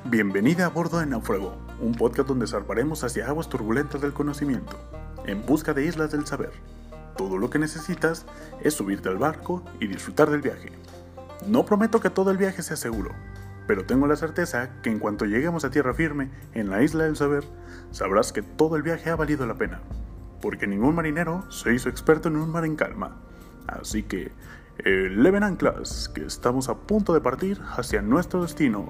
Bienvenida a bordo de Náufrago, un podcast donde zarparemos hacia aguas turbulentas del conocimiento, en busca de islas del saber. Todo lo que necesitas es subirte al barco y disfrutar del viaje. No prometo que todo el viaje sea seguro, pero tengo la certeza que en cuanto lleguemos a tierra firme, en la isla del saber, sabrás que todo el viaje ha valido la pena, porque ningún marinero se hizo experto en un mar en calma. Así que, eleven anclas, que estamos a punto de partir hacia nuestro destino.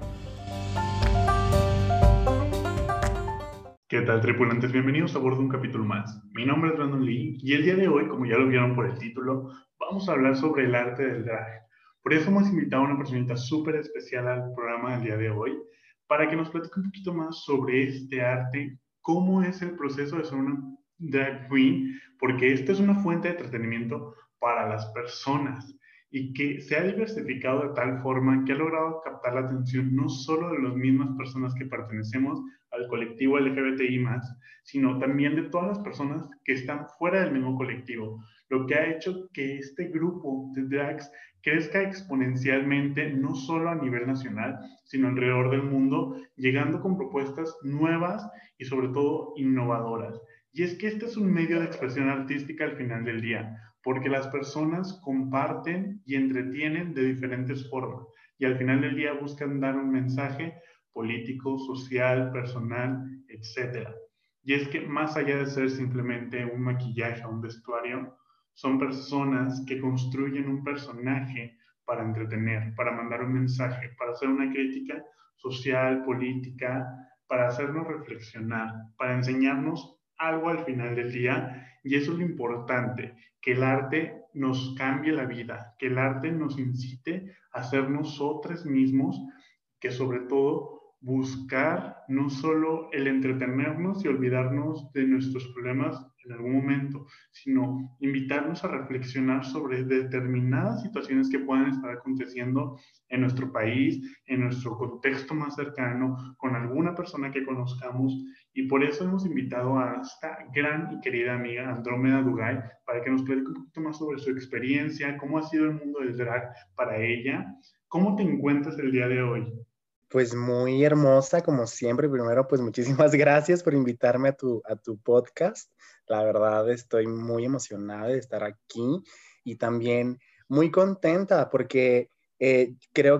¿Qué tal, tripulantes? Bienvenidos a bordo de un capítulo más. Mi nombre es Brandon Lee y el día de hoy, como ya lo vieron por el título, vamos a hablar sobre el arte del drag. Por eso hemos invitado a una personita súper especial al programa del día de hoy para que nos platique un poquito más sobre este arte, cómo es el proceso de ser una drag queen, porque esta es una fuente de entretenimiento para las personas y que se ha diversificado de tal forma que ha logrado captar la atención no solo de las mismas personas que pertenecemos al colectivo LGBTI+, sino también de todas las personas que están fuera del mismo colectivo, lo que ha hecho que este grupo de drags crezca exponencialmente, no solo a nivel nacional, sino alrededor del mundo, llegando con propuestas nuevas y sobre todo innovadoras. Y es que este es un medio de expresión artística al final del día, porque las personas comparten y entretienen de diferentes formas, y al final del día buscan dar un mensaje político, social, personal, etcétera. Y es que más allá de ser simplemente un maquillaje o un vestuario, son personas que construyen un personaje para entretener, para mandar un mensaje, para hacer una crítica social, política, para hacernos reflexionar, para enseñarnos algo al final del día. Y eso es lo importante, que el arte nos cambie la vida, que el arte nos incite a ser nosotros mismos, que sobre todo buscar no solo el entretenernos y olvidarnos de nuestros problemas en algún momento, sino invitarnos a reflexionar sobre determinadas situaciones que puedan estar aconteciendo en nuestro país, en nuestro contexto más cercano, con alguna persona que conozcamos. Y por eso hemos invitado a esta gran y querida amiga Andrómeda Dugay para que nos platique un poquito más sobre su experiencia, cómo ha sido el mundo del drag para ella. ¿Cómo te encuentras el día de hoy? Pues muy hermosa, como siempre. Primero, pues muchísimas gracias por invitarme a tu podcast. La verdad, estoy muy emocionada de estar aquí y también muy contenta porque creo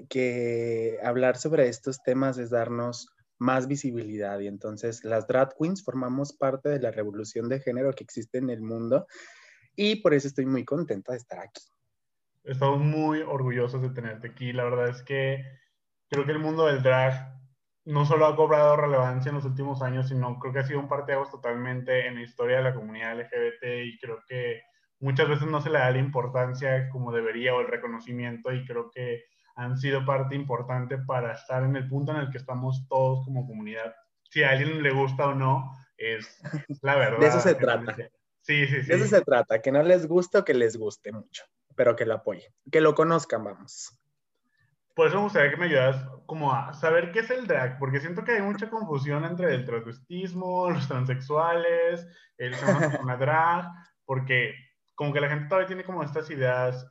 que hablar sobre estos temas es darnos más visibilidad y entonces las drag queens formamos parte de la revolución de género que existe en el mundo y por eso estoy muy contenta de estar aquí. Estamos muy orgullosos de tenerte aquí. La verdad es que creo que el mundo del drag no solo ha cobrado relevancia en los últimos años, sino creo que ha sido un parteaguas totalmente en la historia de la comunidad LGBT y creo que muchas veces no se le da la importancia como debería o el reconocimiento y creo que han sido parte importante para estar en el punto en el que estamos todos como comunidad. Si a alguien le gusta o no, es la De eso verdad. se trata. Sí, sí, De eso sí. se trata, que no les guste o que les guste mucho, pero que lo apoyen, que lo conozcan, vamos. Por eso me gustaría que me ayudas como a saber qué es el drag, porque siento que hay mucha confusión entre el transvestismo, los transexuales, el ser una persona drag, porque como que la gente todavía tiene como estas ideas,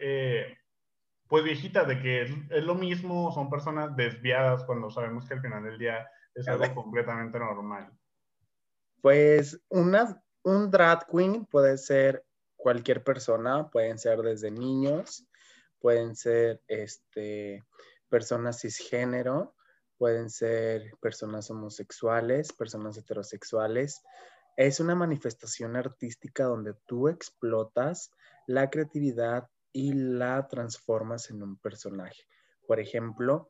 pues viejitas, de que es lo mismo, son personas desviadas, cuando sabemos que al final del día es algo completamente normal. Pues un drag queen puede ser cualquier persona, pueden ser desde niños, pueden ser personas cisgénero, pueden ser personas homosexuales, personas heterosexuales. Es una manifestación artística donde tú explotas la creatividad y la transformas en un personaje. Por ejemplo,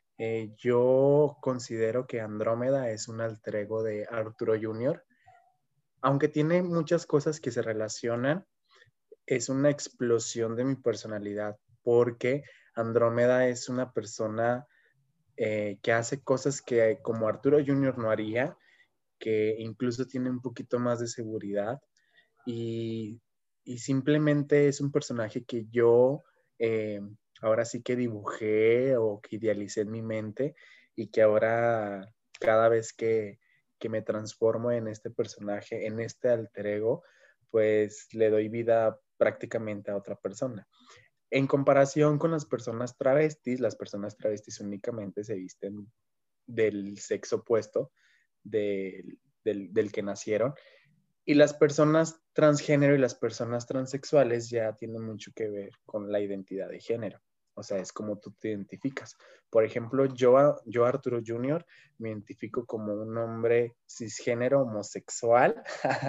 yo considero que Andrómeda es un alter ego de Arturo Jr., aunque tiene muchas cosas que se relacionan, es una explosión de mi personalidad, porque Andrómeda es una persona que hace cosas que como Arturo Jr. no haría, que incluso tiene un poquito más de seguridad y, y simplemente es un personaje que yo ahora sí que dibujé o que idealicé en mi mente y que ahora cada vez que me transformo en este personaje, en este alter ego, pues le doy vida prácticamente a otra persona. En comparación con las personas travestis únicamente se visten del sexo opuesto del que nacieron. Y las personas transgénero y las personas transexuales ya tienen mucho que ver con la identidad de género. O sea, es como tú te identificas. Por ejemplo, yo Arturo Junior, me identifico como un hombre cisgénero homosexual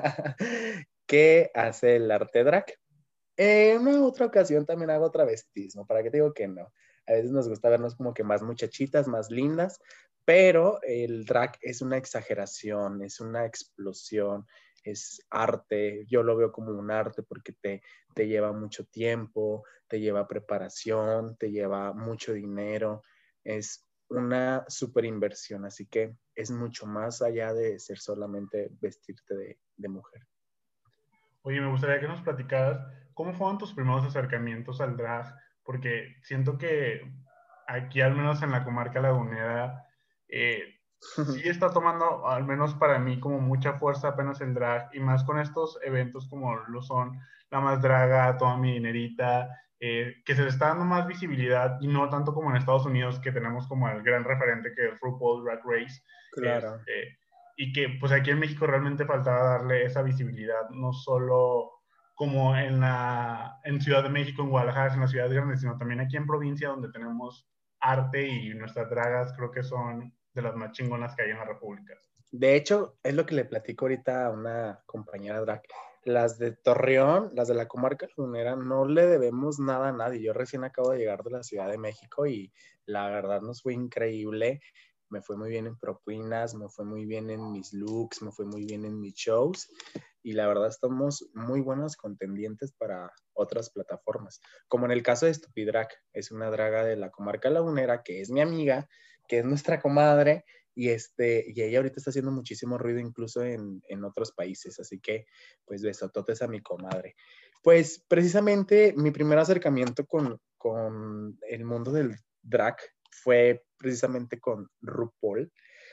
que hace el arte drag. En una otra ocasión también hago travestismo, ¿para qué te digo que no? A veces nos gusta vernos como que más muchachitas, más lindas, pero el drag es una exageración, es una explosión, es arte. Yo lo veo como un arte porque te lleva mucho tiempo, te lleva preparación, te lleva mucho dinero. Es una super inversión, así que es mucho más allá de ser solamente vestirte de mujer. Oye, me gustaría que nos platicaras cómo fueron tus primeros acercamientos al drag, porque siento que aquí, al menos en la comarca lagunera, sí está tomando, al menos para mí, como mucha fuerza apenas el drag, y más con estos eventos como lo son La Más Draga, Toda Mi Dinerita, que se le está dando más visibilidad, y no tanto como en Estados Unidos, que tenemos como el gran referente que es RuPaul Drag Race. Claro. Y que pues aquí en México realmente faltaba darle esa visibilidad, no solo como en Ciudad de México, en Guadalajara, en las ciudades grandes, sino también aquí en provincia donde tenemos arte y nuestras dragas creo que son de las más chingonas que hay en la República. De hecho, es lo que le platico ahorita a una compañera drag. Las de Torreón, las de la comarca lagunera, no le debemos nada a nadie. Yo recién acabo de llegar de la Ciudad de México y la verdad nos fue increíble. Me fue muy bien en propinas, me fue muy bien en mis looks, me fue muy bien en mis shows. Y la verdad estamos muy buenos contendientes para otras plataformas. Como en el caso de Stupidrag, es una draga de la comarca lagunera que es mi amiga, que es nuestra comadre y ella ahorita está haciendo muchísimo ruido incluso en otros países, así que pues besototes a mi comadre. Pues precisamente mi primer acercamiento con el mundo del drag fue precisamente con RuPaul,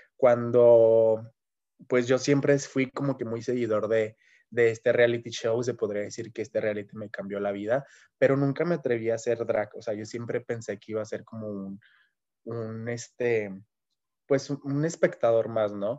cuando pues yo siempre fui como que muy seguidor de este reality show, se podría decir que este reality me cambió la vida, pero nunca me atreví a hacer drag, o sea, yo siempre pensé que iba a ser como un pues un espectador más, ¿no?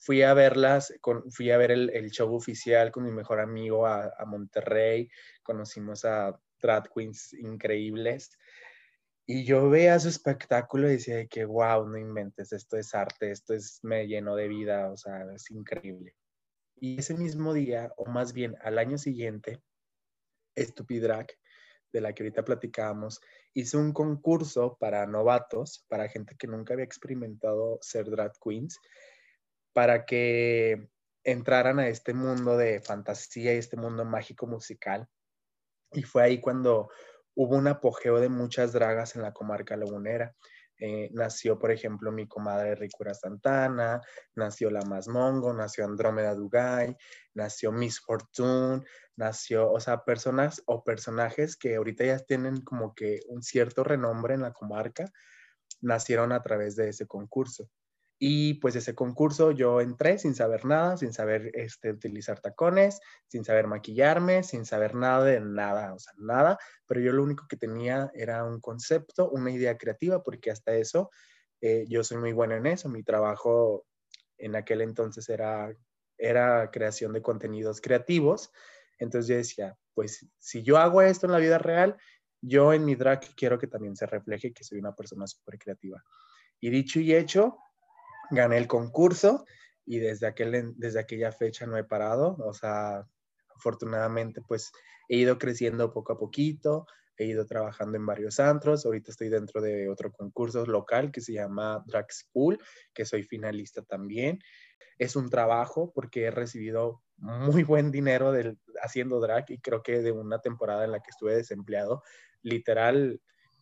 Fui a ver el show oficial con mi mejor amigo a Monterrey, conocimos a drag queens increíbles y yo veía su espectáculo y decía de que, wow, no inventes, esto es arte, me llenó de vida, o sea, es increíble. Y ese mismo día, o más bien al año siguiente, Stupidrag, de la que ahorita platicábamos, hizo un concurso para novatos, para gente que nunca había experimentado ser drag queens, para que entraran a este mundo de fantasía y este mundo mágico musical. Y fue ahí cuando hubo un apogeo de muchas dragas en la comarca lagunera. Nació, por ejemplo, mi comadre Ricura Santana, nació La Más Mongo, nació Andrómeda Dugay, nació Miss Fortune, nació, o sea, personas o personajes que ahorita ya tienen como que un cierto renombre en la comarca, nacieron a través de ese concurso. Y pues ese concurso yo entré sin saber nada, sin saber utilizar tacones, sin saber maquillarme, sin saber nada de nada, o sea, nada, pero yo lo único que tenía era un concepto, una idea creativa, porque hasta eso yo soy muy bueno en eso, mi trabajo en aquel entonces era creación de contenidos creativos, entonces yo decía, pues si yo hago esto en la vida real, yo en mi drag quiero que también se refleje que soy una persona súper creativa. Y dicho y hecho, gané el concurso y desde aquella fecha no he parado. O sea, afortunadamente pues he ido creciendo poco a poquito, he ido trabajando en varios antros. Ahorita estoy dentro de otro concurso local que se llama Drag School, que soy finalista también. Es un trabajo porque he recibido muy buen dinero haciendo drag y creo que de una temporada en la que estuve desempleado, literal,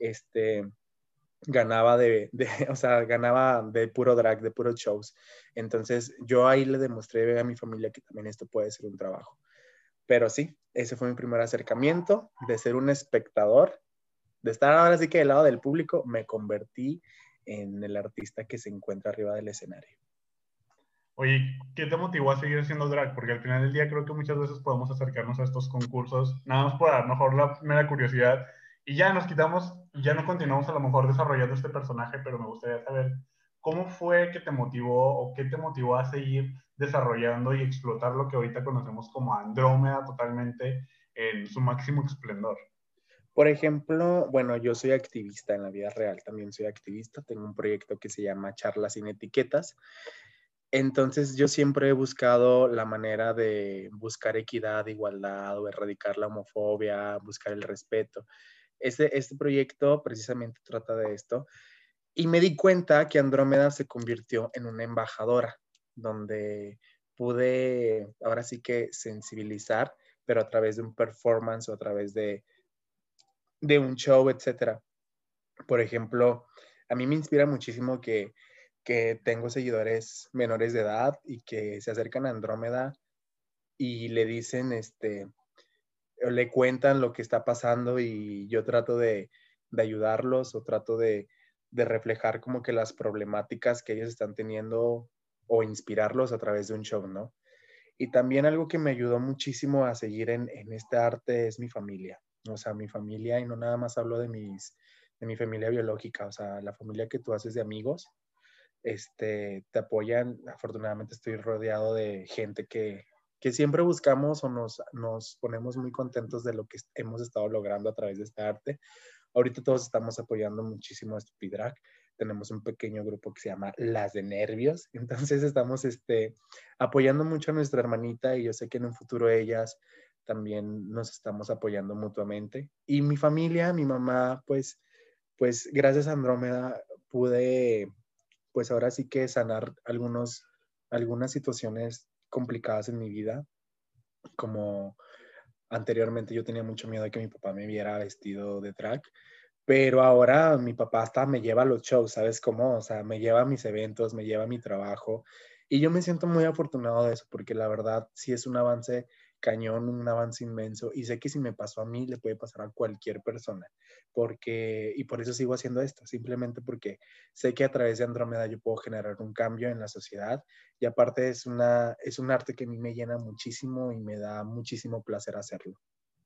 ganaba o sea, ganaba de puro drag, de puros shows. Entonces, yo ahí le demostré a mi familia que también esto puede ser un trabajo. Pero sí, ese fue mi primer acercamiento, de ser un espectador, de estar ahora sí que del lado del público, me convertí en el artista que se encuentra arriba del escenario. Oye, ¿qué te motivó a seguir haciendo drag? Porque al final del día creo que muchas veces podemos acercarnos a estos concursos, nada más por a lo mejor la mera curiosidad, y ya nos quitamos, ya no continuamos a lo mejor desarrollando este personaje, pero me gustaría saber ¿cómo fue que te motivó o qué te motivó a seguir desarrollando y explotar lo que ahorita conocemos como Andrómeda totalmente en su máximo esplendor? Por ejemplo, bueno, yo soy activista en la vida real, también soy activista, tengo un proyecto que se llama Charlas sin Etiquetas. Entonces yo siempre he buscado la manera de buscar equidad, igualdad o erradicar la homofobia, buscar el respeto. Este proyecto precisamente trata de esto y me di cuenta que Andrómeda se convirtió en una embajadora donde pude ahora sí que sensibilizar, pero a través de un performance o a través de un show, etcétera. Por ejemplo, a mí me inspira muchísimo que tengo seguidores menores de edad y que se acercan a Andrómeda y le dicen, le cuentan lo que está pasando y yo trato de ayudarlos o trato de reflejar como que las problemáticas que ellos están teniendo o inspirarlos a través de un show, ¿no? Y también algo que me ayudó muchísimo a seguir en este arte es mi familia. O sea, mi familia, y no nada más hablo de mi familia biológica, o sea, la familia que tú haces de amigos, te apoyan. Afortunadamente estoy rodeado de gente que siempre buscamos o nos ponemos muy contentos de lo que hemos estado logrando a través de este arte. Ahorita todos estamos apoyando muchísimo a Stupidrag. Tenemos un pequeño grupo que se llama Las de Nervios. Entonces estamos apoyando mucho a nuestra hermanita y yo sé que en un futuro ellas también nos estamos apoyando mutuamente. Y mi familia, mi mamá, pues gracias a Andrómeda pude, pues ahora sí que sanar algunas situaciones complicadas en mi vida, como anteriormente yo tenía mucho miedo de que mi papá me viera vestido de drag, pero ahora mi papá hasta me lleva a los shows, ¿sabes cómo? O sea, me lleva a mis eventos, me lleva a mi trabajo y yo me siento muy afortunado de eso porque la verdad sí es un avance cañón, un avance inmenso y sé que si me pasó a mí le puede pasar a cualquier persona y por eso sigo haciendo esto, simplemente porque sé que a través de Andrómeda yo puedo generar un cambio en la sociedad y aparte es un arte que a mí me llena muchísimo y me da muchísimo placer hacerlo.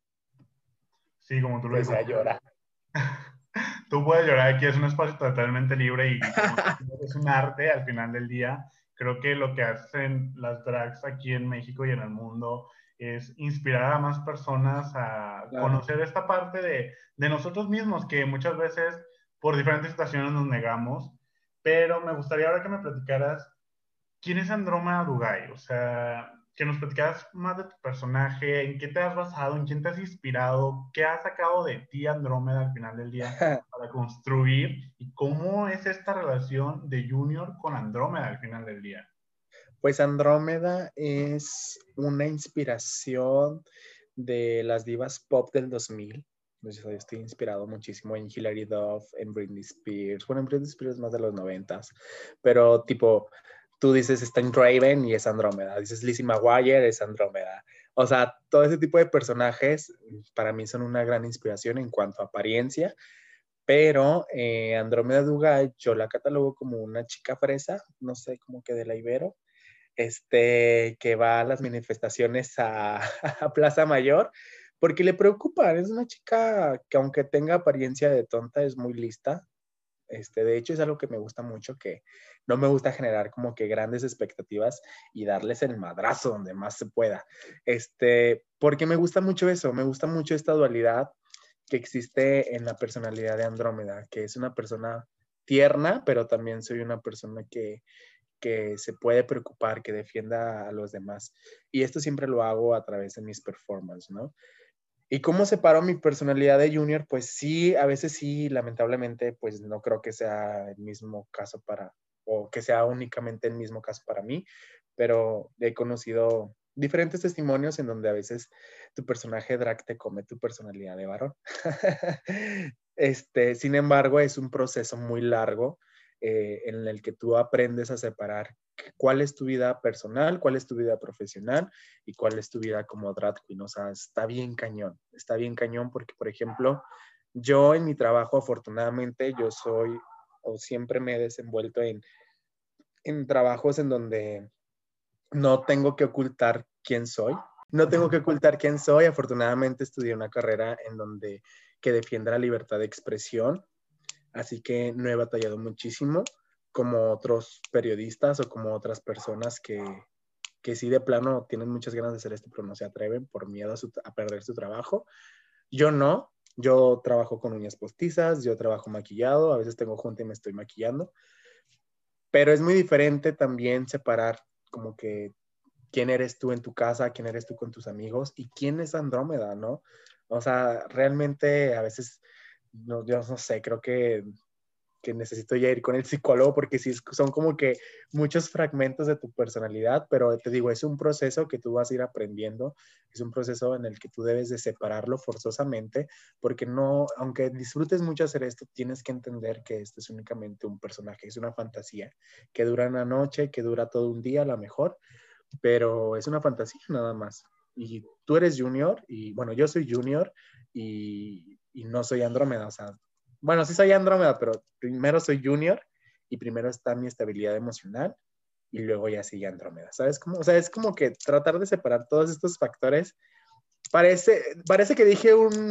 Sí, como tú lo Pues dices. a llorar. Tú puedes llorar, aquí es un espacio totalmente libre y como es un arte al final del día. Creo que lo que hacen las drags aquí en México y en el mundo es inspirar a más personas a Claro. conocer esta parte de nosotros mismos que muchas veces por diferentes situaciones nos negamos. Pero me gustaría ahora que me platicaras quién es Andrómeda Dugay, o sea, que nos platicaras más de tu personaje, en qué te has basado, en quién te has inspirado, qué has sacado de ti Andrómeda al final del día para construir y cómo es esta relación de Junior con Andrómeda al final del día. Pues Andrómeda es una inspiración de las divas pop del 2000. Yo estoy inspirado muchísimo en Hilary Duff, en Britney Spears. Bueno, en Britney Spears más de los 90s. Pero tipo, tú dices Stan Raven y es Andrómeda. Dices Lizzie McGuire, es Andrómeda. O sea, todo ese tipo de personajes para mí son una gran inspiración en cuanto a apariencia. Pero Andrómeda Dugay yo la catalogo como una chica fresa, no sé, como que de la Ibero que va a las manifestaciones a Plaza Mayor, porque le preocupa, es una chica que aunque tenga apariencia de tonta, es muy lista. De hecho, es algo que me gusta mucho, que no me gusta generar como que grandes expectativas y darles el madrazo donde más se pueda. Porque me gusta mucho eso, me gusta mucho esta dualidad que existe en la personalidad de Andrómeda, que es una persona tierna, pero también soy una persona que se puede preocupar, que defienda a los demás. Y esto siempre lo hago a través de mis performances, ¿no? ¿Y cómo separo mi personalidad de Junior? Pues sí, a veces sí, lamentablemente, pues no creo que sea el mismo caso o que sea únicamente el mismo caso para mí, pero he conocido diferentes testimonios en donde a veces tu personaje drag te come tu personalidad de varón. Sin embargo, es un proceso muy largo en el que tú aprendes a separar cuál es tu vida personal, cuál es tu vida profesional y cuál es tu vida como drag queen. O sea, está bien cañón porque, por ejemplo, yo en mi trabajo, afortunadamente, yo soy o siempre me he desenvuelto en trabajos en donde no tengo que ocultar quién soy. No tengo que ocultar quién soy. Afortunadamente estudié una carrera en donde que defiende la libertad de expresión, así que no he batallado muchísimo como otros periodistas o como otras personas que sí de plano tienen muchas ganas de hacer esto, pero no se atreven por miedo a perder su trabajo. Yo no, yo trabajo con uñas postizas, yo trabajo maquillado, a veces tengo junta y me estoy maquillando, pero es muy diferente también separar como que quién eres tú en tu casa, quién eres tú con tus amigos y quién es Andrómeda, ¿no? O sea, realmente a veces, no, yo no sé, creo que necesito ya ir con el psicólogo porque sí son como que muchos fragmentos de tu personalidad, pero te digo, es un proceso que tú vas a ir aprendiendo, es un proceso en el que tú debes de separarlo forzosamente, porque no, aunque disfrutes mucho hacer esto, tienes que entender que esto es únicamente un personaje, es una fantasía que dura una noche, que dura todo un día a lo mejor, pero es una fantasía nada más. Y tú eres Junior, y bueno, yo soy Junior y no soy Andrómeda, o sea, bueno, sí soy Andrómeda, pero primero soy Junior y primero está mi estabilidad emocional y luego ya sigue Andrómeda, ¿sabes cómo? O sea, es como que tratar de separar todos estos factores. Parece que dije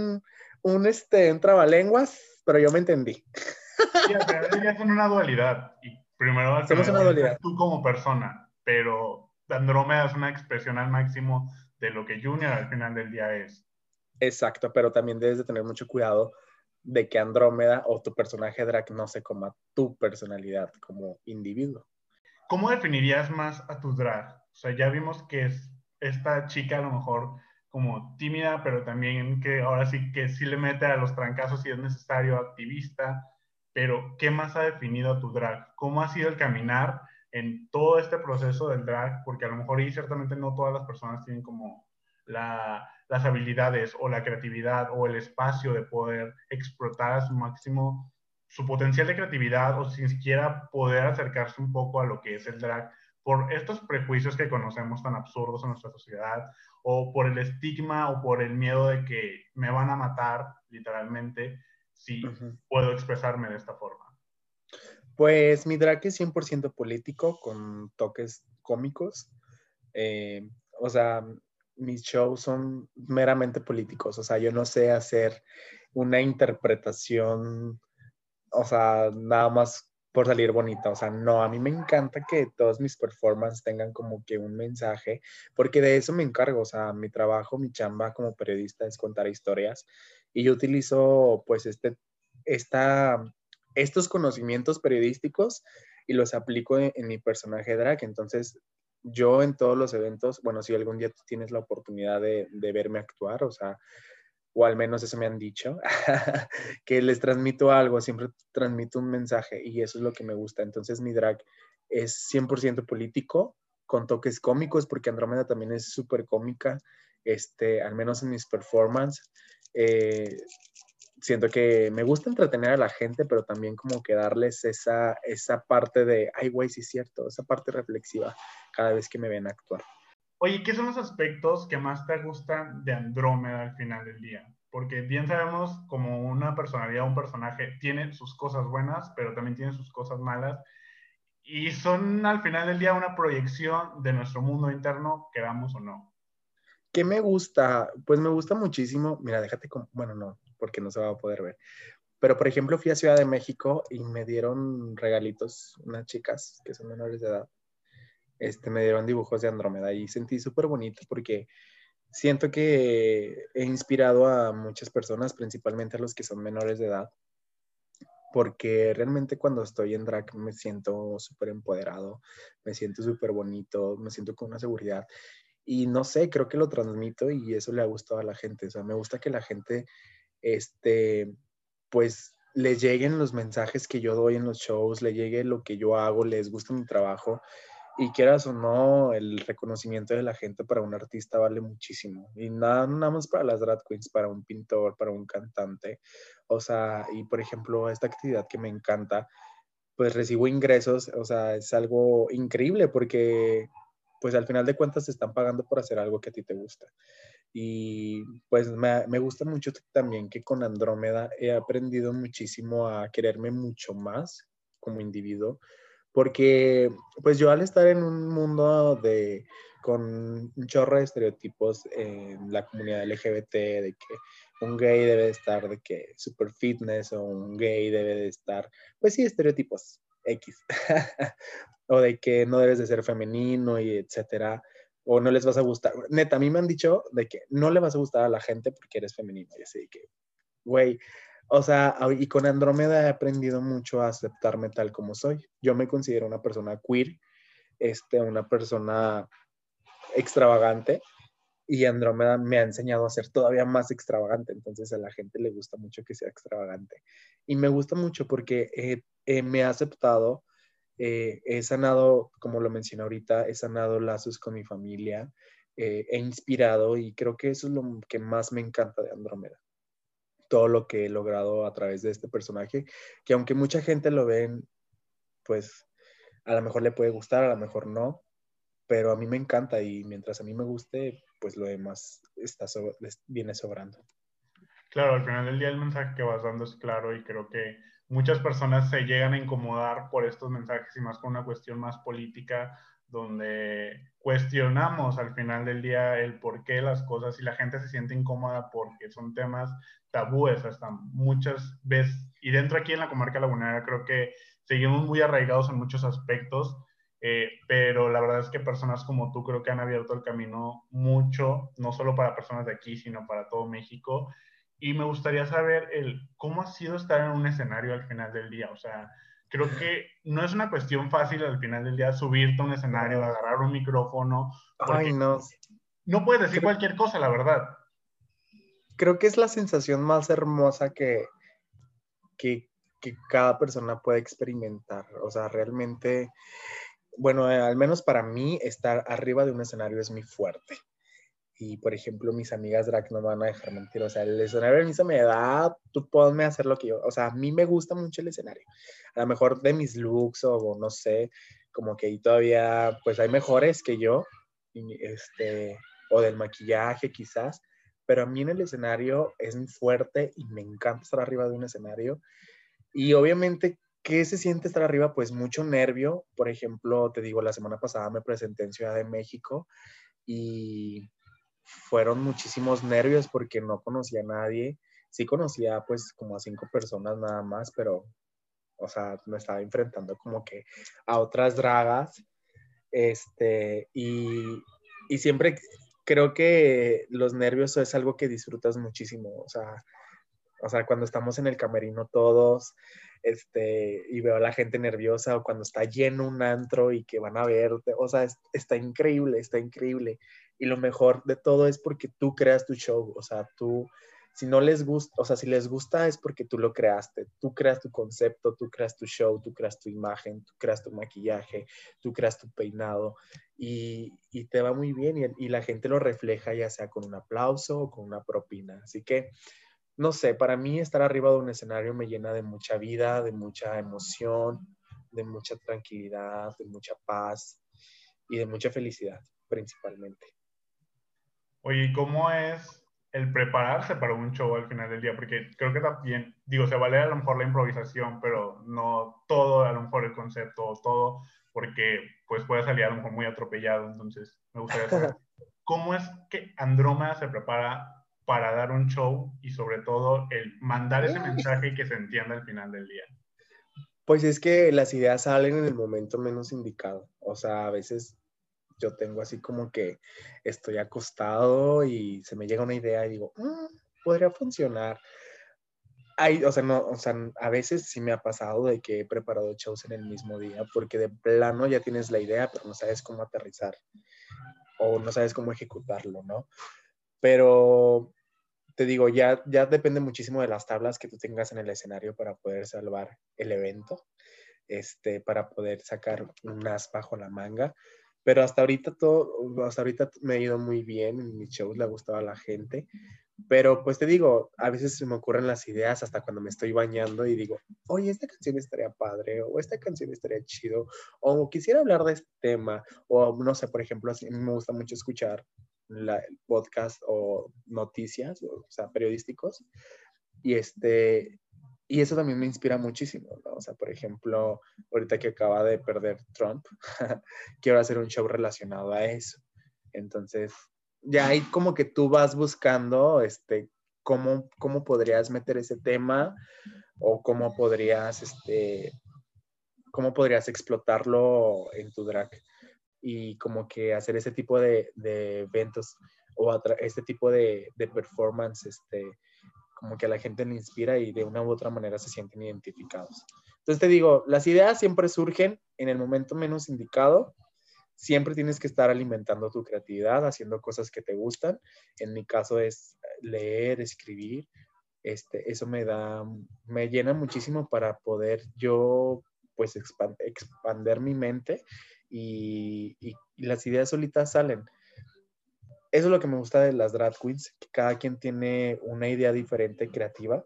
un trabalenguas, pero yo me entendí. Sí, al final del día son una dualidad. Y primero, al Somos final del una día, dualidad. estás tú como persona, pero Andrómeda es una expresión al máximo de lo que Junior al final del día es. Exacto, pero también debes de tener mucho cuidado de que Andrómeda o tu personaje drag no se coma tu personalidad como individuo. ¿Cómo definirías más a tu drag? O sea, ya vimos que es esta chica a lo mejor como tímida, pero también que ahora sí que sí le mete a los trancazos si es necesario, activista, pero ¿qué más ha definido a tu drag? ¿Cómo ha sido el caminar en todo este proceso del drag? Porque a lo mejor y ciertamente no todas las personas tienen como las habilidades o la creatividad o el espacio de poder explotar a su máximo su potencial de creatividad o sin siquiera poder acercarse un poco a lo que es el drag por estos prejuicios que conocemos tan absurdos en nuestra sociedad o por el estigma o por el miedo de que me van a matar literalmente si Ujú. puedo expresarme de esta forma. Pues mi drag es 100% político con toques cómicos. O sea, mis shows son meramente políticos. O sea, yo no sé hacer una interpretación, o sea, nada más por salir bonita. O sea, no, a mí me encanta que todos mis performances tengan como que un mensaje, porque de eso me encargo. O sea, mi trabajo, mi chamba como periodista es contar historias y yo utilizo pues esta, estos conocimientos periodísticos y los aplico en mi personaje drag. Entonces, yo en todos los eventos, bueno, si algún día tú tienes la oportunidad de verme actuar, o sea, o al menos eso me han dicho, que les transmito algo, siempre transmito un mensaje y eso es lo que me gusta. Entonces mi drag es 100% político, con toques cómicos, porque Andrómeda también es súper cómica, al menos en mis performances. Eh, Siento que me gusta entretener a la gente, pero también como que darles esa parte de, ay, güey, sí es cierto, esa parte reflexiva cada vez que me ven actuar. Oye, ¿qué son los aspectos que más te gustan de Andrómeda al final del día? Porque bien sabemos como una personalidad, un personaje tiene sus cosas buenas, pero también tiene sus cosas malas. Y son al final del día una proyección de nuestro mundo interno, queramos o no. ¿Qué me gusta? Pues me gusta muchísimo. Mira, bueno, no, porque no se va a poder ver. Pero, por ejemplo, fui a Ciudad de México y me dieron regalitos unas chicas que son menores de edad. Me dieron dibujos de Andrómeda y sentí súper bonito porque siento que he inspirado a muchas personas, principalmente a los que son menores de edad, porque realmente cuando estoy en drag me siento súper empoderado, me siento súper bonito, me siento con una seguridad. Y no sé, creo que lo transmito y eso le ha gustado a la gente. O sea, me gusta que la gente, pues, le lleguen los mensajes que yo doy en los shows, le llegue lo que yo hago, les gusta mi trabajo. Y quieras o no, el reconocimiento de la gente para un artista vale muchísimo. Y nada más para las drag queens, para un pintor, para un cantante. O sea, y por ejemplo, esta actividad que me encanta, pues recibo ingresos, o sea, es algo increíble porque pues al final de cuentas te están pagando por hacer algo que a ti te gusta. Y pues me gusta mucho también que con Andrómeda he aprendido muchísimo a quererme mucho más como individuo, porque pues yo al estar en un mundo con un chorro de estereotipos en la comunidad LGBT, de que un gay debe de estar de que super fitness o un gay debe de estar, pues sí, estereotipos. X. O de que no debes de ser femenino y etcétera. O no les vas a gustar. Neta, a mí me han dicho de que no le vas a gustar a la gente porque eres femenino. Y así que, güey, o sea, y con Andrómeda he aprendido mucho a aceptarme tal como soy. Yo me considero una persona queer, una persona extravagante, y Andrómeda me ha enseñado a ser todavía más extravagante. Entonces a la gente le gusta mucho que sea extravagante. Y me gusta mucho porque me ha aceptado, he sanado, como lo mencioné ahorita, he sanado lazos con mi familia, he inspirado, y creo que eso es lo que más me encanta de Andrómeda. Todo lo que he logrado a través de este personaje, que aunque mucha gente lo ve, pues a lo mejor le puede gustar, a lo mejor no, pero a mí me encanta, y mientras a mí me guste, pues lo demás viene sobrando. Claro, al final del día el mensaje que vas dando es claro y creo que muchas personas se llegan a incomodar por estos mensajes y más con una cuestión más política donde cuestionamos al final del día el porqué de las cosas y la gente se siente incómoda porque son temas tabúes hasta muchas veces. Y dentro aquí en la comarca lagunera creo que seguimos muy arraigados en muchos aspectos, pero la verdad es que personas como tú creo que han abierto el camino mucho, no solo para personas de aquí, sino para todo México. Y me gustaría saber cómo ha sido estar en un escenario al final del día. O sea, creo que no es una cuestión fácil al final del día subirte a un escenario, agarrar un micrófono, porque Ay, no. no puedes decir cualquier cosa, la verdad. Creo que es la sensación más hermosa que cada persona puede experimentar. O sea, realmente, bueno, al menos para mí, estar arriba de un escenario es muy fuerte. Y, por ejemplo, mis amigas drag no me van a dejar mentir. O sea, el escenario a mí se me da, tú ponme a hacer lo que yo. O sea, a mí me gusta mucho el escenario. A lo mejor de mis looks o no sé, como que ahí todavía, pues hay mejores que yo, o del maquillaje quizás. Pero a mí en el escenario es muy fuerte y me encanta estar arriba de un escenario. Y obviamente, ¿qué se siente estar arriba? Pues mucho nervio. Por ejemplo, te digo, la semana pasada me presenté en Ciudad de México y fueron muchísimos nervios porque no conocía a nadie. Sí conocía pues como a 5 personas nada más, pero, o sea, me estaba enfrentando como que a otras dragas. Y siempre creo que los nervios es algo que disfrutas muchísimo. O sea, cuando estamos en el camerino todos, y veo a la gente nerviosa, o cuando está lleno un antro y que van a verte, o sea, está increíble, está increíble. Y lo mejor de todo es porque tú creas tu show, o sea, si no les gusta, o sea, si les gusta es porque tú lo creaste, tú creas tu concepto, tú creas tu show, tú creas tu imagen, tú creas tu maquillaje, tú creas tu peinado, y te va muy bien, y la gente lo refleja ya sea con un aplauso o con una propina. Así que no sé, para mí estar arriba de un escenario me llena de mucha vida, de mucha emoción, de mucha tranquilidad, de mucha paz y de mucha felicidad, principalmente. Oye, ¿y cómo es el prepararse para un show al final del día? Porque creo que también, digo, se vale a lo mejor la improvisación, pero no todo, a lo mejor el concepto, todo, porque pues puede salir a lo mejor muy atropellado. Entonces, me gustaría saber cómo es que Andrómeda se prepara para dar un show y sobre todo el mandar ese mensaje y que se entienda al final del día. Pues es que las ideas salen en el momento menos indicado. O sea, a veces yo tengo así como que estoy acostado y se me llega una idea y digo, podría funcionar. A veces sí me ha pasado de que he preparado shows en el mismo día porque de plano ya tienes la idea, pero no sabes cómo aterrizar o no sabes cómo ejecutarlo, ¿no? Pero te digo, ya depende muchísimo de las tablas que tú tengas en el escenario para poder salvar el evento, para poder sacar un as bajo la manga. Pero hasta ahorita me ha ido muy bien, en mis shows le ha gustado a la gente. Pero pues te digo, a veces se me ocurren las ideas hasta cuando me estoy bañando y digo, oye, esta canción estaría padre, o esta canción estaría chido, o quisiera hablar de este tema, o no sé, por ejemplo, a mí me gusta mucho escuchar el podcast o noticias, o sea, periodísticos, y eso también me inspira muchísimo, ¿no? O sea, por ejemplo, ahorita que acaba de perder Trump, quiero hacer un show relacionado a eso. Entonces, ya ahí como que tú vas buscando, cómo podrías meter ese tema o cómo podrías, cómo podrías explotarlo en tu drag y como que hacer ese tipo de eventos o este tipo de performance, como que a la gente le inspira y de una u otra manera se sienten identificados. Entonces te digo, las ideas siempre surgen en el momento menos indicado. Siempre tienes que estar alimentando tu creatividad, haciendo cosas que te gustan. En mi caso es leer, escribir. Eso me llena muchísimo para poder yo pues expander mi mente y las ideas solitas salen. Eso es lo que me gusta de las drag queens, que cada quien tiene una idea diferente creativa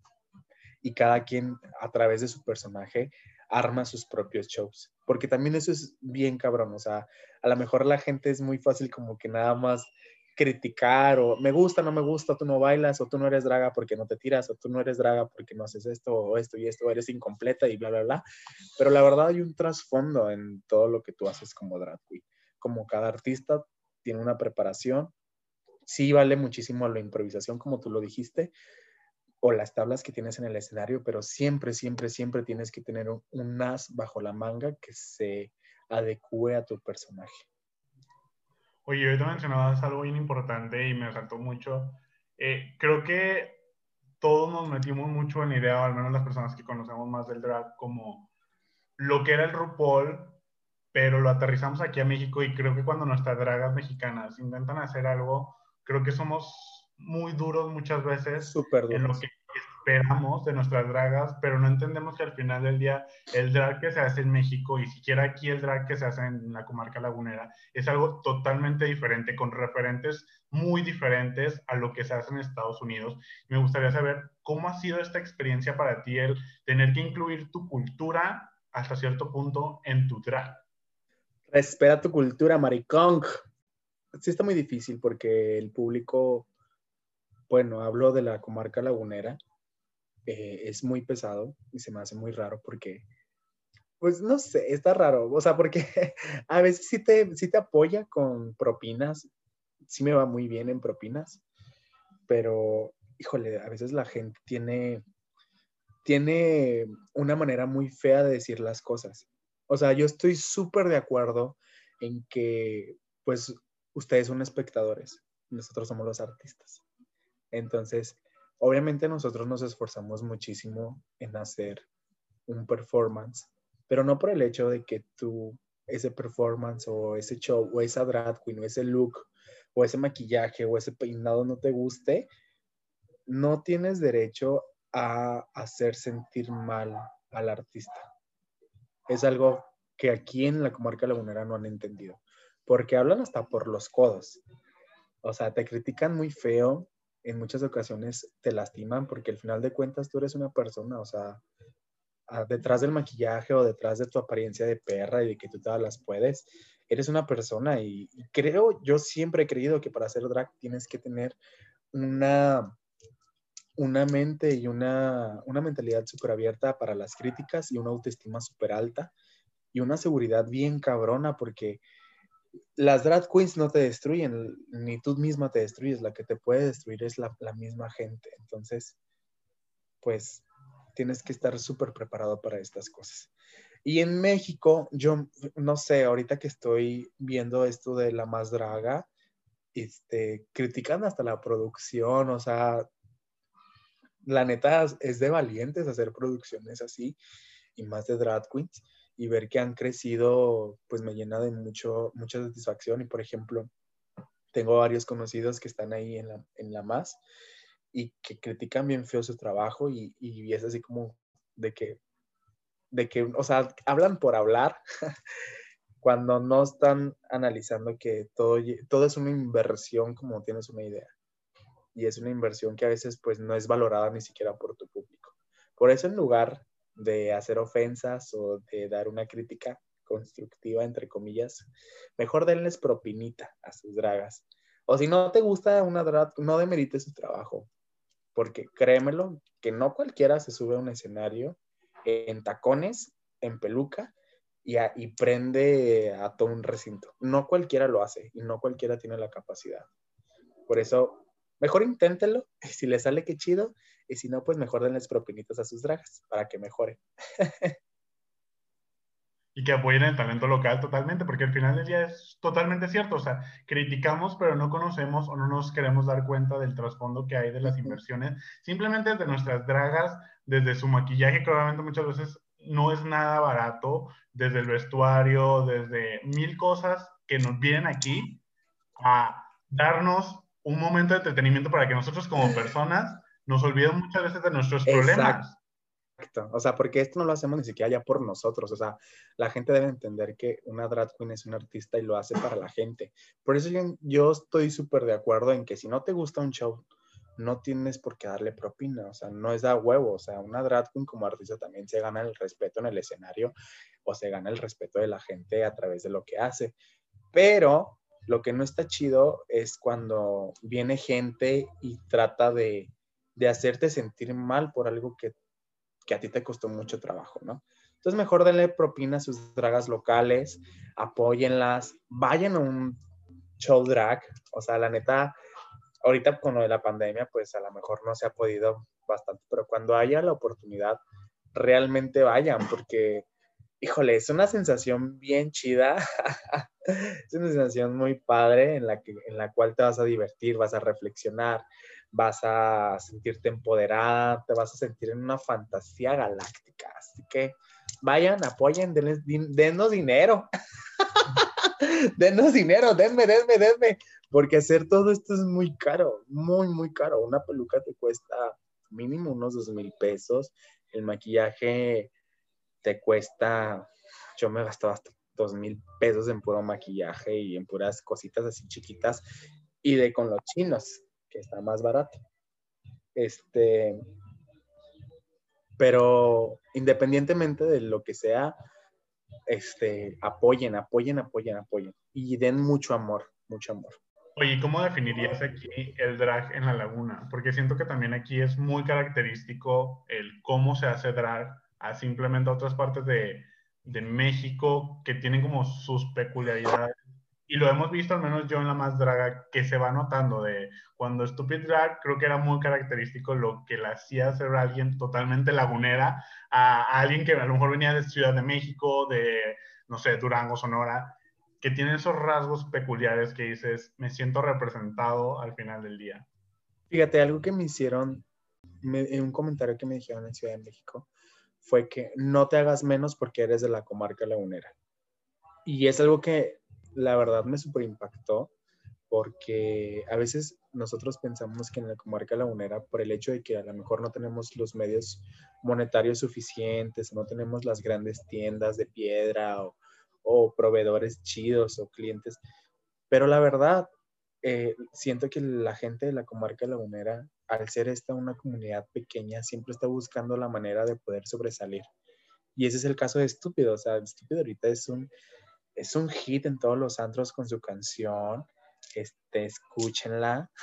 y cada quien a través de su personaje arma sus propios shows. Porque también eso es bien cabrón, o sea, a lo mejor la gente es muy fácil como que nada más criticar o me gusta, no me gusta, tú no bailas o tú no eres draga porque no te tiras o tú no eres draga porque no haces esto o esto y esto, eres incompleta y bla, bla, bla. Pero la verdad hay un trasfondo en todo lo que tú haces como drag queen. Como cada artista tiene una preparación, sí vale muchísimo la improvisación como tú lo dijiste, o las tablas que tienes en el escenario, pero siempre, siempre, siempre tienes que tener un as bajo la manga que se adecue a tu personaje. Oye, ahorita mencionabas algo bien importante y me resaltó mucho. Creo que todos nos metimos mucho en la idea, o al menos las personas que conocemos más del drag, como lo que era el RuPaul, pero lo aterrizamos aquí a México y creo que cuando nuestras dragas mexicanas intentan hacer algo, creo que somos muy duros muchas veces Súper en lo duros. que esperamos de nuestras dragas, pero no entendemos que al final del día el drag que se hace en México y siquiera aquí el drag que se hace en la comarca lagunera es algo totalmente diferente, con referentes muy diferentes a lo que se hace en Estados Unidos. Me gustaría saber cómo ha sido esta experiencia para ti el tener que incluir tu cultura hasta cierto punto en tu drag. Respeta tu cultura, maricón. Sí está muy difícil porque el público, bueno, hablo de la comarca lagunera, es muy pesado y se me hace muy raro porque, pues no sé, está raro, o sea, porque a veces sí te apoya con propinas, sí me va muy bien en propinas, pero, híjole, a veces la gente tiene una manera muy fea de decir las cosas. O sea, yo estoy súper de acuerdo en que, pues, ustedes son espectadores, nosotros somos los artistas. Entonces, obviamente nosotros nos esforzamos muchísimo en hacer un performance, pero no por el hecho de que tú, ese performance o ese show o esa drag queen o ese look o ese maquillaje o ese peinado no te guste, no tienes derecho a hacer sentir mal al artista. Es algo que aquí en la comarca lagunera no han entendido, porque hablan hasta por los codos. O sea, te critican muy feo, en muchas ocasiones te lastiman porque al final de cuentas tú eres una persona, o sea, detrás del maquillaje o detrás de tu apariencia de perra y de que tú todas las puedes, eres una persona y creo, yo siempre he creído que para hacer drag tienes que tener una mente y una mentalidad súper abierta para las críticas y una autoestima súper alta y una seguridad bien cabrona porque las drag queens no te destruyen, ni tú misma te destruyes, la que te puede destruir es la misma gente. Entonces, pues tienes que estar súper preparado para estas cosas. Y en México, yo no sé, ahorita que estoy viendo esto de La Más Draga, critican hasta la producción, o sea, la neta es de valientes hacer producciones así y más de drag queens y ver que han crecido pues me llena de mucha satisfacción y por ejemplo tengo varios conocidos que están ahí en la más y que critican bien feo su trabajo y es así como de que, o sea, hablan por hablar cuando no están analizando que todo es una inversión como tienes una idea y es una inversión que a veces pues no es valorada ni siquiera por tu público. Por eso en lugar de hacer ofensas o de dar una crítica constructiva, entre comillas, mejor denles propinita a sus dragas. O si no te gusta una drag, no demerites su trabajo, porque créemelo que no cualquiera se sube a un escenario en tacones, en peluca y prende a todo un recinto. No cualquiera lo hace y no cualquiera tiene la capacidad. Por eso, mejor inténtelo. Si le sale, qué chido. Y si no, pues mejor denles propinitas a sus dragas para que mejoren. y que apoyen el talento local totalmente, porque al final del día es totalmente cierto, o sea, criticamos pero no conocemos o no nos queremos dar cuenta del trasfondo que hay de las inversiones, simplemente de nuestras dragas, desde su maquillaje, que obviamente muchas veces no es nada barato, desde el vestuario, desde mil cosas que nos vienen aquí a darnos un momento de entretenimiento para que nosotros como personas nos olvidemos muchas veces de nuestros Exacto. problemas. O sea, porque esto no lo hacemos ni siquiera ya por nosotros. O sea, la gente debe entender que una drag queen es un artista y lo hace para la gente. Por eso yo estoy súper de acuerdo en que si no te gusta un show, no tienes por qué darle propina. O sea, no es da huevo. O sea, una drag queen como artista también se gana el respeto en el escenario o se gana el respeto de la gente a través de lo que hace. Pero lo que no está chido es cuando viene gente y trata de hacerte sentir mal por algo que a ti te costó mucho trabajo, ¿no? Entonces mejor denle propina a sus dragas locales, apóyenlas, vayan a un show drag, o sea, la neta, ahorita con lo de la pandemia, pues a lo mejor no se ha podido bastante, pero cuando haya la oportunidad, realmente vayan, porque, híjole, es una sensación bien chida, es una sensación muy padre en la cual te vas a divertir, vas a reflexionar, vas a sentirte empoderada, te vas a sentir en una fantasía galáctica. Así que vayan, apoyen, denos dinero. Denos dinero, denme. Porque hacer todo esto es muy caro, muy, muy caro. Una peluca te cuesta mínimo unos 2,000 pesos. El maquillaje te cuesta, yo me gastaba hasta 2,000 pesos en puro maquillaje y en puras cositas así chiquitas. Y de con los chinos, que está más barato. Pero independientemente de lo que sea, apoyen. Y den mucho amor, mucho amor. Oye, ¿y cómo definirías aquí el drag en la laguna? Porque siento que también aquí es muy característico el cómo se hace drag a simplemente otras partes de México que tienen como sus peculiaridades. Y lo hemos visto, al menos yo en la más draga, que se va notando de cuando Stupid Drag, creo que era muy característico lo que la hacía ser alguien totalmente lagunera, a alguien que a lo mejor venía de Ciudad de México, de, no sé, Durango, Sonora, que tiene esos rasgos peculiares que dices, me siento representado al final del día. Fíjate, algo que me hicieron, en un comentario que me dijeron en Ciudad de México, fue que no te hagas menos porque eres de la comarca lagunera. Y es algo que la verdad me súper impactó, porque a veces nosotros pensamos que en la comarca lagunera, por el hecho de que a lo mejor no tenemos los medios monetarios suficientes, no tenemos las grandes tiendas de piedra o proveedores chidos o clientes, pero la verdad, siento que la gente de la comarca lagunera, al ser esta una comunidad pequeña, siempre está buscando la manera de poder sobresalir. Y ese es el caso de Estúpido. O sea, Estúpido ahorita es un hit en todos los antros con su canción. Escúchenla.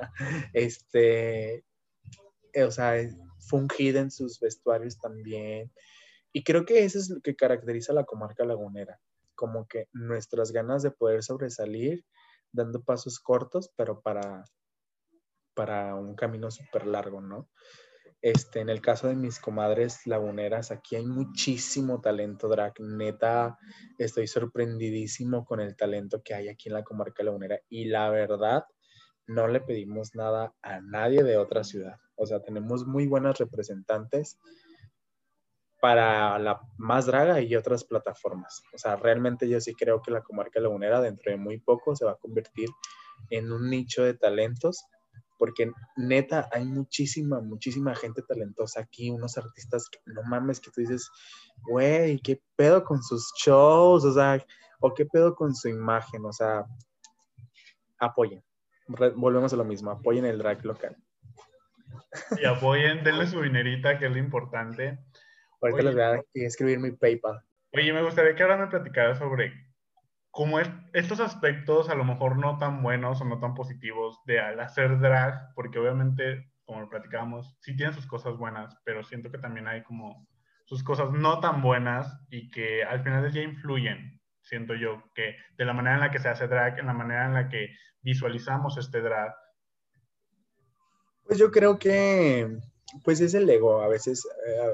O sea, fue un hit en sus vestuarios también. Y creo que eso es lo que caracteriza a la comarca lagunera. Como que nuestras ganas de poder sobresalir dando pasos cortos, pero para un camino súper largo, ¿no? En el caso de mis comadres laguneras, aquí hay muchísimo talento drag. Neta, estoy sorprendidísimo con el talento que hay aquí en la comarca lagunera. Y la verdad, no le pedimos nada a nadie de otra ciudad. O sea, tenemos muy buenas representantes para la más draga y otras plataformas. O sea, realmente yo sí creo que la comarca lagunera dentro de muy poco se va a convertir en un nicho de talentos, porque neta hay muchísima gente talentosa aquí, unos artistas que no mames, que tú dices, güey, ¿qué pedo con sus shows? O sea, o qué pedo con su imagen, o sea, apoyen. Volvemos a lo mismo, apoyen el drag local. Y apoyen, denle su dinerita, que es lo importante. Ahorita les Oye, voy a escribir mi PayPal. oye, me gustaría que ahora me platicaras sobre cómo estos aspectos a lo mejor no tan buenos o no tan positivos de al hacer drag, porque obviamente, como lo platicábamos, sí tienen sus cosas buenas, pero siento que también hay como sus cosas no tan buenas y que al final del día influyen, siento yo, que de la manera en la que se hace drag, en la manera en la que visualizamos este drag. Pues yo creo que, pues es el ego, a veces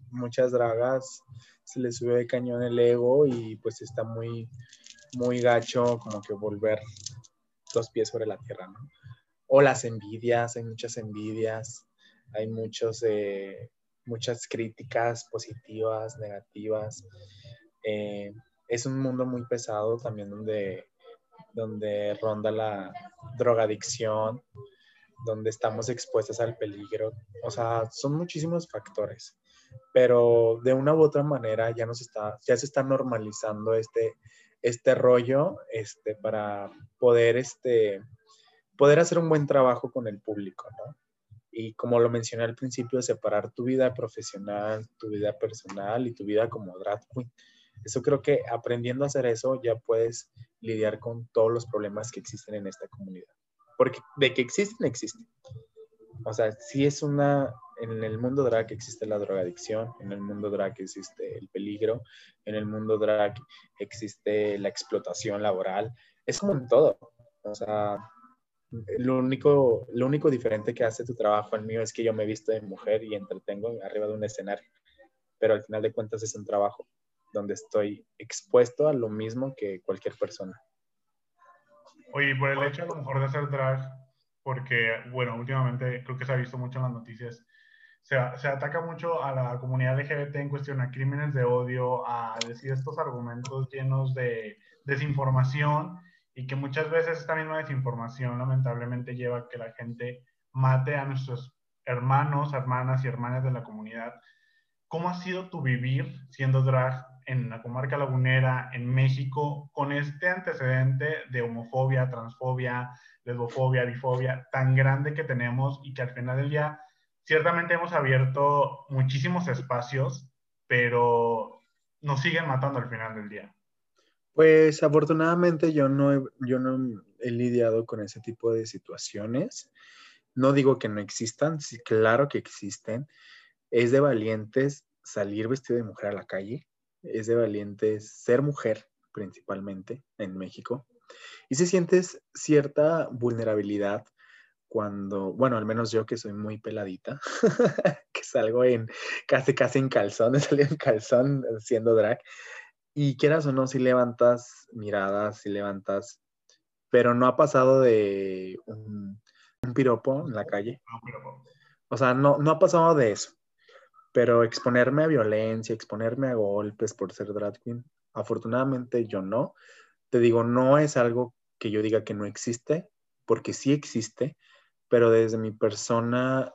muchas dragas se les sube de cañón el ego y pues está muy, muy gacho como que volver los pies sobre la tierra, ¿no? O las envidias, hay muchas envidias, hay muchas críticas positivas, negativas. Es un mundo muy pesado también donde ronda la drogadicción, donde estamos expuestos al peligro. O sea, son muchísimos factores, pero de una u otra manera ya se está normalizando este rollo para poder hacer un buen trabajo con el público, ¿no? Y como lo mencioné al principio, separar tu vida profesional, tu vida personal y tu vida como drag queen. Eso creo que aprendiendo a hacer eso ya puedes lidiar con todos los problemas que existen en esta comunidad. Porque de que existen, existen. O sea, sí en el mundo drag existe la drogadicción, en el mundo drag existe el peligro, en el mundo drag existe la explotación laboral. Es como en todo. O sea, lo único diferente que hace tu trabajo al mío es que yo me visto de mujer y entretengo arriba de un escenario, pero al final de cuentas es un trabajo donde estoy expuesto a lo mismo que cualquier persona. Oye, por el hecho a lo mejor de hacer drag, porque, bueno, últimamente creo que se ha visto mucho en las noticias, se ataca mucho a la comunidad LGBT en cuestión a crímenes de odio, a decir estos argumentos llenos de desinformación y que muchas veces esta misma desinformación lamentablemente lleva a que la gente mate a nuestros hermanos, hermanas y hermanas de la comunidad. ¿Cómo ha sido tu vivir siendo drag en la comarca lagunera, en México, con este antecedente de homofobia, transfobia, lesbofobia, bifobia tan grande que tenemos y que al final del día ciertamente hemos abierto muchísimos espacios, pero nos siguen matando al final del día? Pues afortunadamente yo no he lidiado con ese tipo de situaciones. No digo que no existan, sí, claro que existen. Es de valientes salir vestido de mujer a la calle, es de valientes ser mujer principalmente en México. Y se siente cierta vulnerabilidad cuando, bueno, al menos yo que soy muy peladita, que salgo casi en calzón, he salido en calzón siendo drag. Y quieras o no, si levantas miradas, si levantas, pero no ha pasado de un piropo en la calle. No, pero O sea, no ha pasado de eso. Pero exponerme a violencia, exponerme a golpes por ser drag queen, afortunadamente yo no. Te digo, no es algo que yo diga que no existe, porque sí existe, pero desde mi persona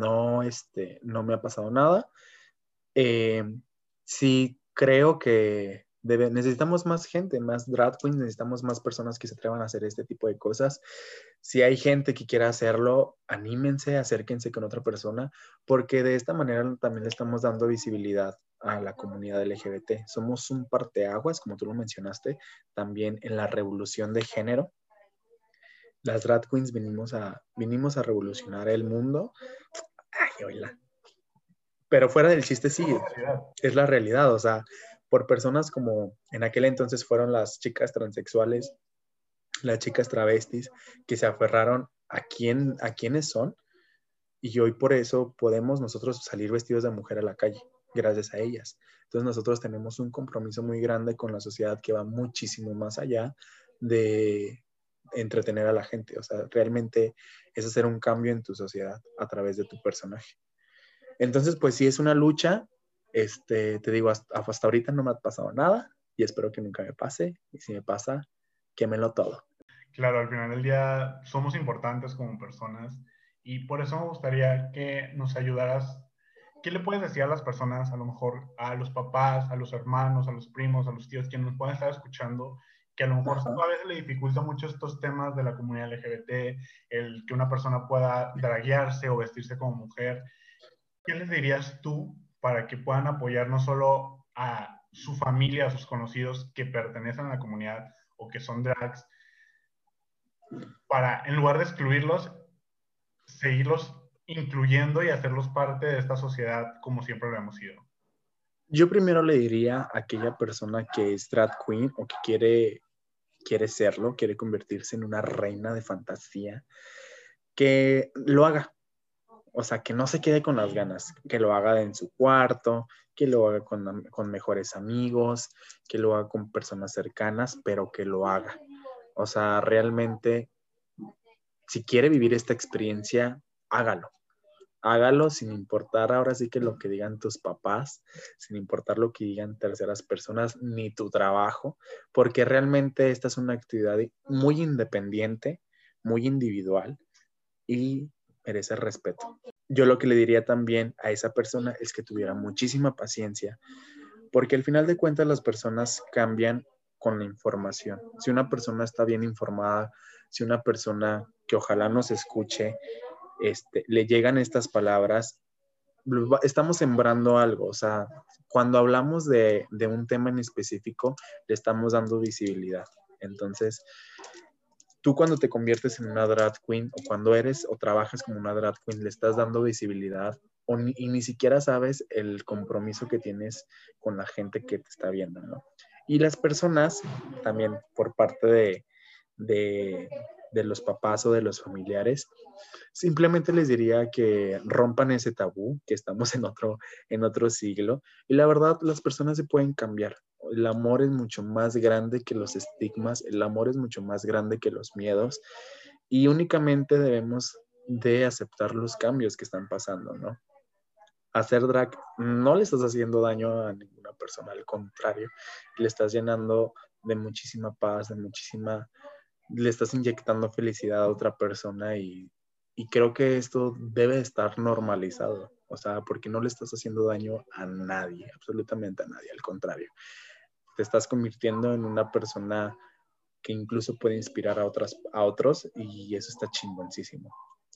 no me ha pasado nada. Eh, sí creo que necesitamos más gente, más drag queens, necesitamos más personas que se atrevan a hacer este tipo de cosas. Si hay gente que quiera hacerlo, anímense, acérquense con otra persona, porque de esta manera también le estamos dando visibilidad a la comunidad LGBT. Somos un parteaguas, como tú lo mencionaste, también en la revolución de género. Las drag queens vinimos a revolucionar el mundo. Ay, oíla. Pero fuera del chiste, sí, es la realidad. O sea, por personas como en aquel entonces fueron las chicas transexuales, las chicas travestis, que se aferraron a quiénes son, y hoy por eso podemos nosotros salir vestidos de mujer a la calle, gracias a ellas. Entonces nosotros tenemos un compromiso muy grande con la sociedad que va muchísimo más allá de entretener a la gente. O sea, realmente es hacer un cambio en tu sociedad a través de tu personaje. Entonces, pues sí es una lucha. Te digo, hasta ahorita no me ha pasado nada y espero que nunca me pase. Y si me pasa, quémelo todo. claro, al final del día somos importantes como personas y por eso me gustaría que nos ayudaras. ¿Qué le puedes decir a las personas, a lo mejor a los papás, a los hermanos, a los primos, a los tíos, que nos puedan estar escuchando, que a lo mejor Ajá. a veces le dificulta mucho estos temas de la comunidad LGBT, el que una persona pueda draguearse o vestirse como mujer? ¿Qué les dirías tú para que puedan apoyar no solo a su familia, a sus conocidos que pertenecen a la comunidad o que son drags, para, en lugar de excluirlos, seguirlos incluyendo y hacerlos parte de esta sociedad como siempre lo hemos sido? Yo primero le diría a aquella persona que es drag queen o que quiere serlo, quiere convertirse en una reina de fantasía, que lo haga. O sea, que no se quede con las ganas, que lo haga en su cuarto, que lo haga con mejores amigos, que lo haga con personas cercanas, pero que lo haga. O sea, realmente, si quiere vivir esta experiencia, hágalo. Hágalo sin importar ahora sí que lo que digan tus papás, sin importar lo que digan terceras personas, ni tu trabajo, porque realmente esta es una actividad muy independiente, muy individual y merece respeto. Yo lo que le diría también a esa persona es que tuviera muchísima paciencia, porque al final de cuentas las personas cambian con la información. Si una persona está bien informada, si una persona que ojalá nos escuche, le llegan estas palabras, estamos sembrando algo. O sea, cuando hablamos de un tema en específico, le estamos dando visibilidad. Entonces, tú cuando te conviertes en una drag queen o cuando eres o trabajas como una drag queen, le estás dando visibilidad y ni siquiera sabes el compromiso que tienes con la gente que te está viendo, ¿no? Y las personas también por parte de, de los papás o de los familiares, simplemente les diría que rompan ese tabú, que estamos en otro siglo. Y la verdad, las personas se pueden cambiar. El amor es mucho más grande que los estigmas, el amor es mucho más grande que los miedos y únicamente debemos de aceptar los cambios que están pasando, ¿no? Hacer drag no le estás haciendo daño a ninguna persona, al contrario, le estás llenando de muchísima paz, le estás inyectando felicidad a otra persona y creo que esto debe estar normalizado, o sea, porque no le estás haciendo daño a nadie, absolutamente a nadie, al contrario, te estás convirtiendo en una persona que incluso puede inspirar a otros y eso está chingoncísimo.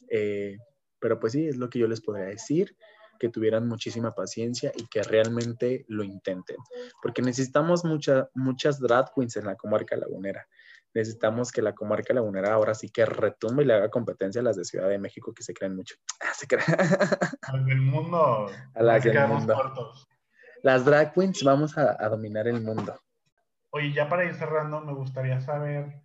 Pero pues sí, es lo que yo les podría decir, que tuvieran muchísima paciencia y que realmente lo intenten, porque necesitamos muchas drag queens en la comarca lagunera. Necesitamos que la comarca lagunera ahora sí que retumbe y le haga competencia a las de Ciudad de México que se creen mucho. Se creen. A las del mundo, A las se del quedamos mundo. cortos. Las drag queens vamos a dominar el mundo. Oye, ya para ir cerrando, me gustaría saber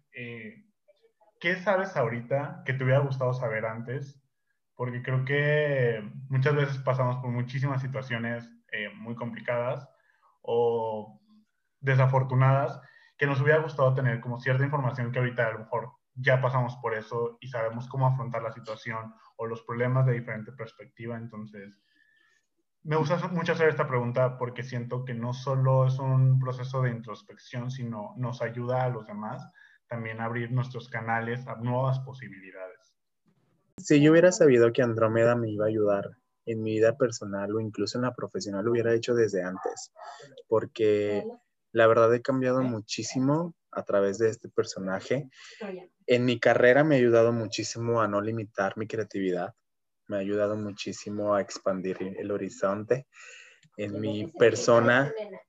qué sabes ahorita que te hubiera gustado saber antes, porque creo que muchas veces pasamos por muchísimas situaciones muy complicadas o desafortunadas que nos hubiera gustado tener como cierta información que ahorita a lo mejor ya pasamos por eso y sabemos cómo afrontar la situación o los problemas de diferente perspectiva. Entonces, me gusta mucho hacer esta pregunta porque siento que no solo es un proceso de introspección, sino nos ayuda a los demás también a abrir nuestros canales a nuevas posibilidades. Si yo hubiera sabido que Andrómeda me iba a ayudar en mi vida personal o incluso en la profesional, lo hubiera hecho desde antes, porque la verdad he cambiado muchísimo a través de este personaje. En mi carrera me ha ayudado muchísimo a no limitar mi creatividad, me ha ayudado muchísimo a expandir el horizonte. En mi persona,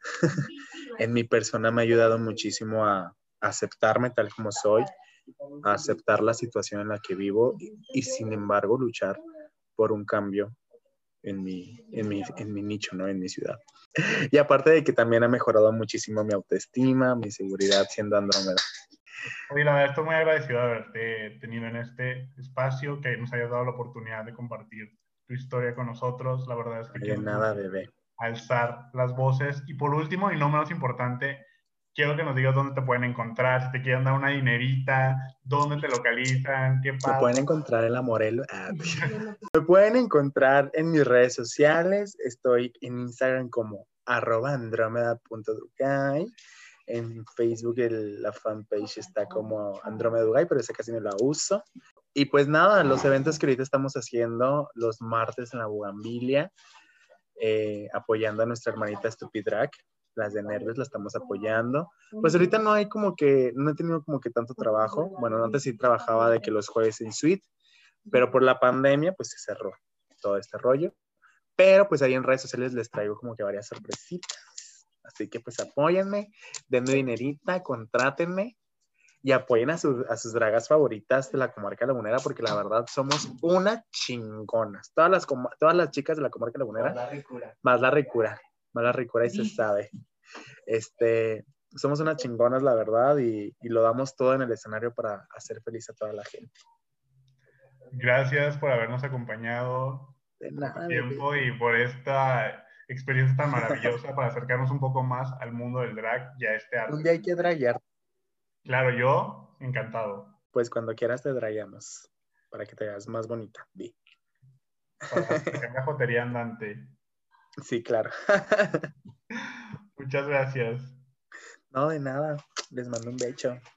en mi persona me ha ayudado muchísimo a aceptarme tal como soy, a aceptar la situación en la que vivo y sin embargo luchar por un cambio en mi nicho, ¿no? En mi ciudad. Y aparte de que también ha mejorado muchísimo mi autoestima, mi seguridad siendo Andrómeda. Oye, la verdad, estoy muy agradecido de haberte tenido en este espacio, que nos hayas dado la oportunidad de compartir tu historia con nosotros. La verdad es que Ay, de nada, bebé. alzar las voces. Y por último, y no menos importante, quiero que nos digas dónde te pueden encontrar, si te quieren dar una dinerita, dónde te localizan, qué pasa. Me pueden encontrar en la Morelos. Me pueden encontrar en mis redes sociales. Estoy en Instagram como @andromeda.dugay. En Facebook la fanpage está como Andrómeda Dugay, pero esa casi no la uso. Y pues nada, los eventos que ahorita estamos haciendo los martes en la Bugambilia, apoyando a nuestra hermanita Stupidrag, las de Nervios la estamos apoyando. Pues ahorita no he tenido como que tanto trabajo. Bueno, antes sí trabajaba de que los jueves en suite, pero por la pandemia pues se cerró todo este rollo. Pero pues ahí en redes sociales les traigo como que varias sorpresitas. Así que pues apóyenme, denme dinerita, contrátenme y apoyen a sus dragas favoritas de la comarca lagunera, porque la verdad somos una chingonas. Todas las chicas de la comarca lagunera. Más la ricura y se sabe. Somos unas chingonas, la verdad, y lo damos todo en el escenario para hacer feliz a toda la gente. Gracias por habernos acompañado. De por nada, tu bebé. tiempo y por esta experiencia tan maravillosa para acercarnos un poco más al mundo del drag y a este arte. Un día hay que draguear. Claro, yo encantado. Pues cuando quieras te dragueamos para que te veas más bonita. Di. Para sacar la jotería andante. Sí, claro. Muchas gracias. No, de nada. Les mando un beso.